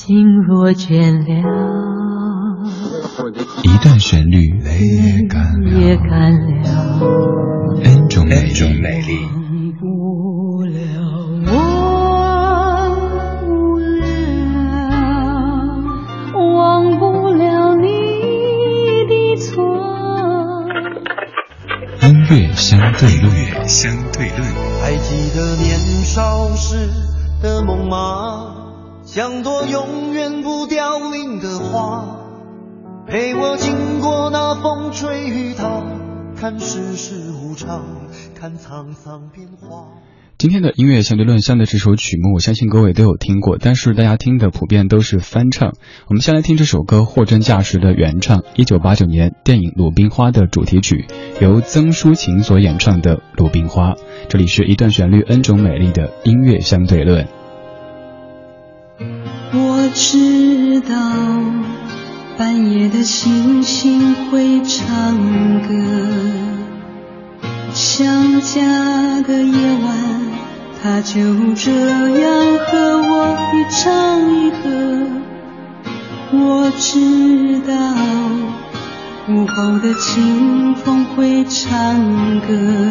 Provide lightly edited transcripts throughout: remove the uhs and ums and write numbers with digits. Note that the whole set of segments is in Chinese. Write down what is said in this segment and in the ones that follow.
心若倦了， 一段旋律也干了，N 种美丽。 忘不了你的错。 音乐相对论， 还记得年少时的梦吗？像朵永远不凋零的花，陪我经过那风吹雨打，看世事无常，看沧桑变化。 今天的音乐相对论上的这首曲目，我相信各位都有听过，但是大家听的普遍都是翻唱。我们先来听这首歌《货真价实》的原唱，1989年电影《鲁冰花》的主题曲，由曾淑琴所演唱的《鲁冰花》。这里是一段旋律 N 种美丽的音乐相对论。 我知道半夜的星星会唱歌，想家的夜晚，他就这样和我一唱一和。我知道午后的清风会唱歌，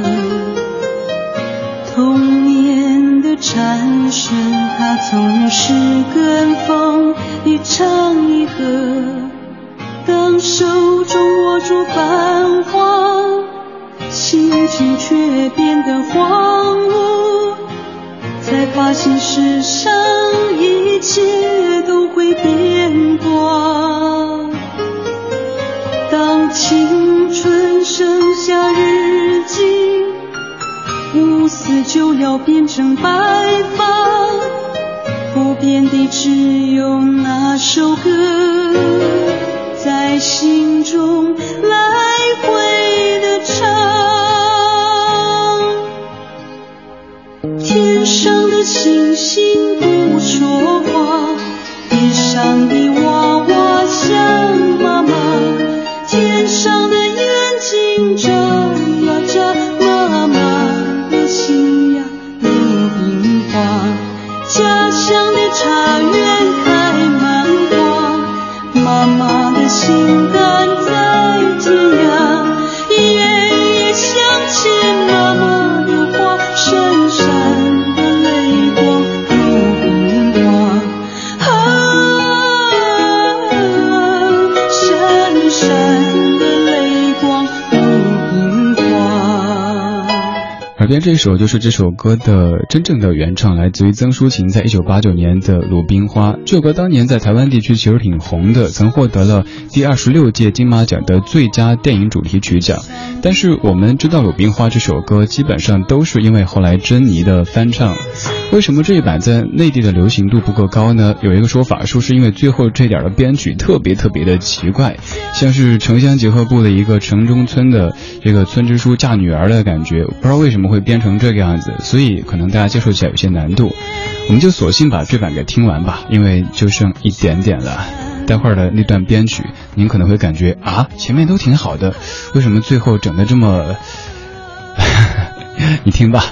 童年的蝉声，它总是跟风一唱一和。当手中握住繁华，心情却变得荒芜，才发现世上一切都会变卦。当青春剩下日记，乌丝就要变成白发，不变的只有那首歌，在心中来回的唱。天上的星星不说话，地上的娃娃像妈妈，天上的眼睛眨呀眨，妈妈的心呀鲁冰花，家乡的茶园开满花，妈妈的心肝在天涯，夜夜想起妈妈的话，闪闪的泪光鲁冰花，闪闪的泪光鲁冰花。 耳边这首就是这首歌的真正的原唱，来自于曾淑琴在1989年的《鲁冰花》。这首歌当年在台湾地区其实挺红的，曾获得了第26届金马奖的最佳电影主题曲奖。但是我们知道《鲁冰花》这首歌基本上都是因为后来珍妮的翻唱。为什么这一版在内地的流行度不够高呢？有一个说法说是因为最后这点的编曲特别的奇怪，像是城乡结合部的一个城中村的这个村支书嫁女儿的感觉，不知道为什么会编成这个样子，所以可能大家接受起来有些难度。我们就索性把这版给听完吧，因为就剩一点点了。待会儿的那段编曲您可能会感觉啊，前面都挺好的，为什么最后整得这么你听吧。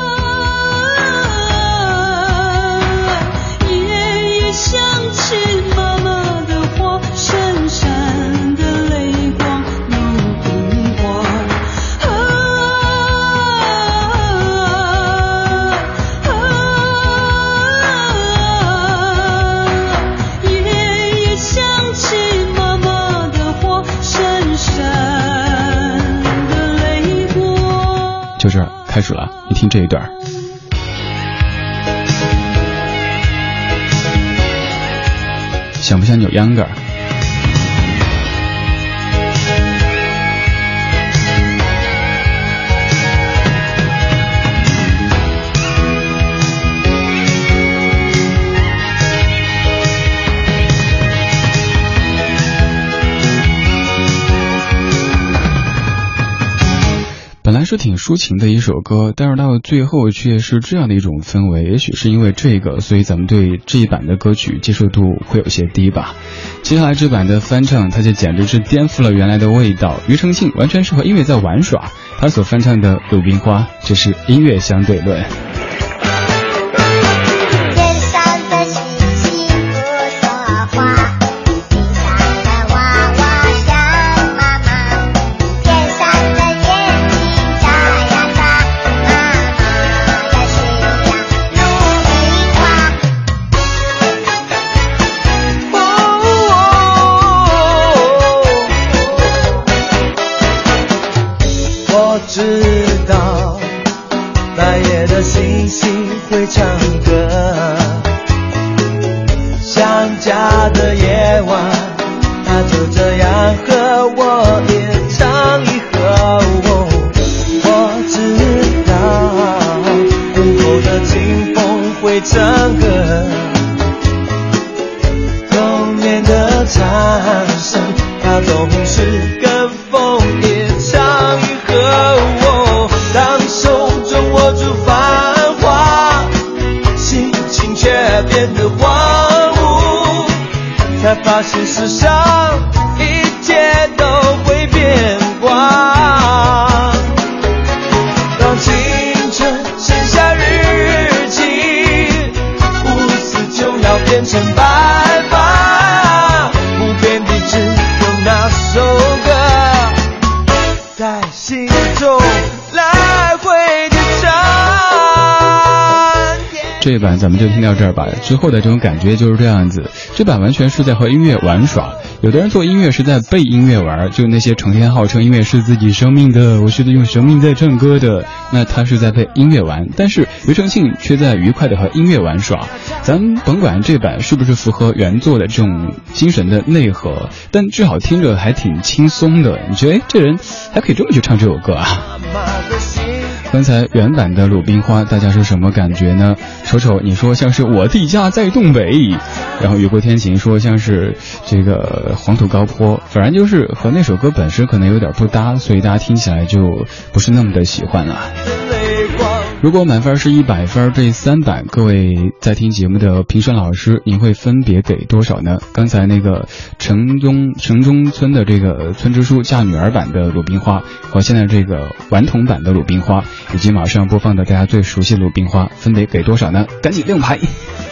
就这儿开始了，你听这一段。想不想扭秧歌？本来是挺抒情的一首歌，但是到最后却是这样的一种氛围，也许是因为这个，所以咱们对这一版的歌曲接受度会有些低吧。接下来这版的翻唱，它就简直是颠覆了原来的味道。庾澄庆完全是和音乐在玩耍，他所翻唱的《鲁冰花》，这是音乐相对论。 天上的星星不说知道半夜的星星会唱歌，想家的夜晚，它就这样和我一唱一和。我知道午后的清风会唱歌，童年的唱声，它总是跟风一唱一和。当手中握住繁华，心情却变得荒芜，才发现世上一切都会变卦。当青春写下日记，不死就要变成白发，不变的只有那首歌在心中来回的唱。 这一版咱们就听到这儿吧，之后的这种感觉就是这样子。这版完全是在和音乐玩耍，有的人做音乐是在背音乐玩，就那些成天号称音乐是自己生命的，我是用生命在唱歌的，那他是在背音乐玩。但是庾澄庆却在愉快的和音乐玩耍。咱甭管这版是不是符合原作的这种精神的内核，但至少听着还挺轻松的。你觉得这人还可以这么去唱这首歌啊？刚才原版的鲁冰花大家是什么感觉呢？瞅瞅你说像是我的家在东北，然后雨过天晴说像是这个黄土高坡，反正就是和那首歌本身可能有点不搭，所以大家听起来就不是那么的喜欢了。如果满分是100分，这3版各位在听节目的评审老师您会分别给多少呢？刚才那个城中村的这个村支书嫁女儿版的鲁冰花，和现在这个顽童版的鲁冰花，以及马上播放的大家最熟悉的鲁冰花，分别给多少呢？赶紧亮牌。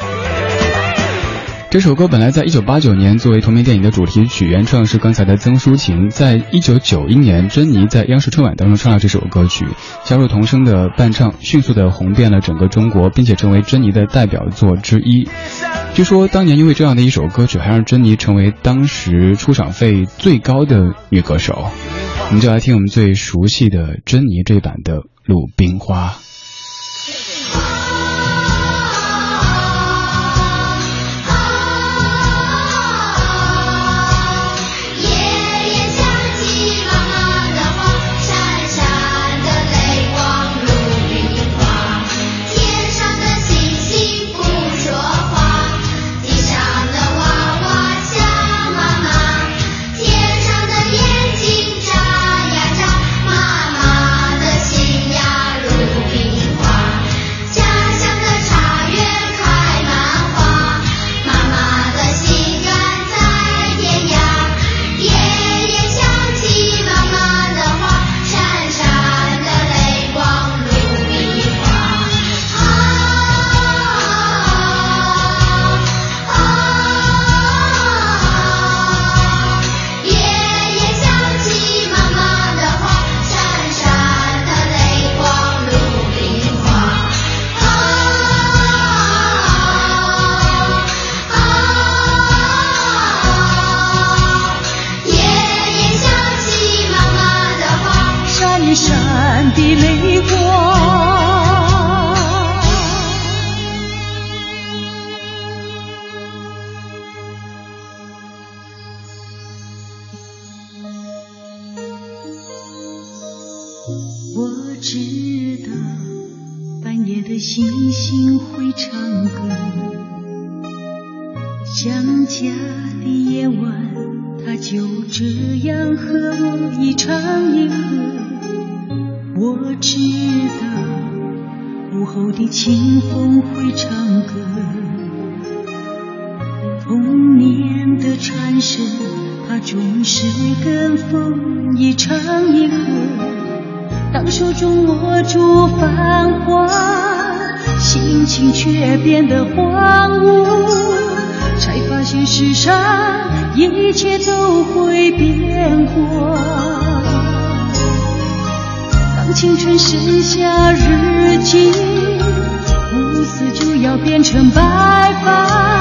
这首歌本来在1989年作为同名电影的主题曲，原唱是刚才的曾淑琴。在1991年，珍妮在央视春晚当中唱了这首歌曲，加入童声的伴唱，迅速的红遍了整个中国，并且成为珍妮的代表作之一。据说当年因为这样的一首歌曲，还让珍妮成为当时出场费最高的女歌手。我们就来听我们最熟悉的珍妮这版的《鲁冰花》。 星星会唱歌，想家的夜晚，它就这样和我一唱一和。我知道午后的清风会唱歌，童年的蝉声，它总是跟风一唱一和。当手中握住繁华，心情却变得荒芜，才发现世上一切都会变化。当青春写下日记，不死就要变成白发，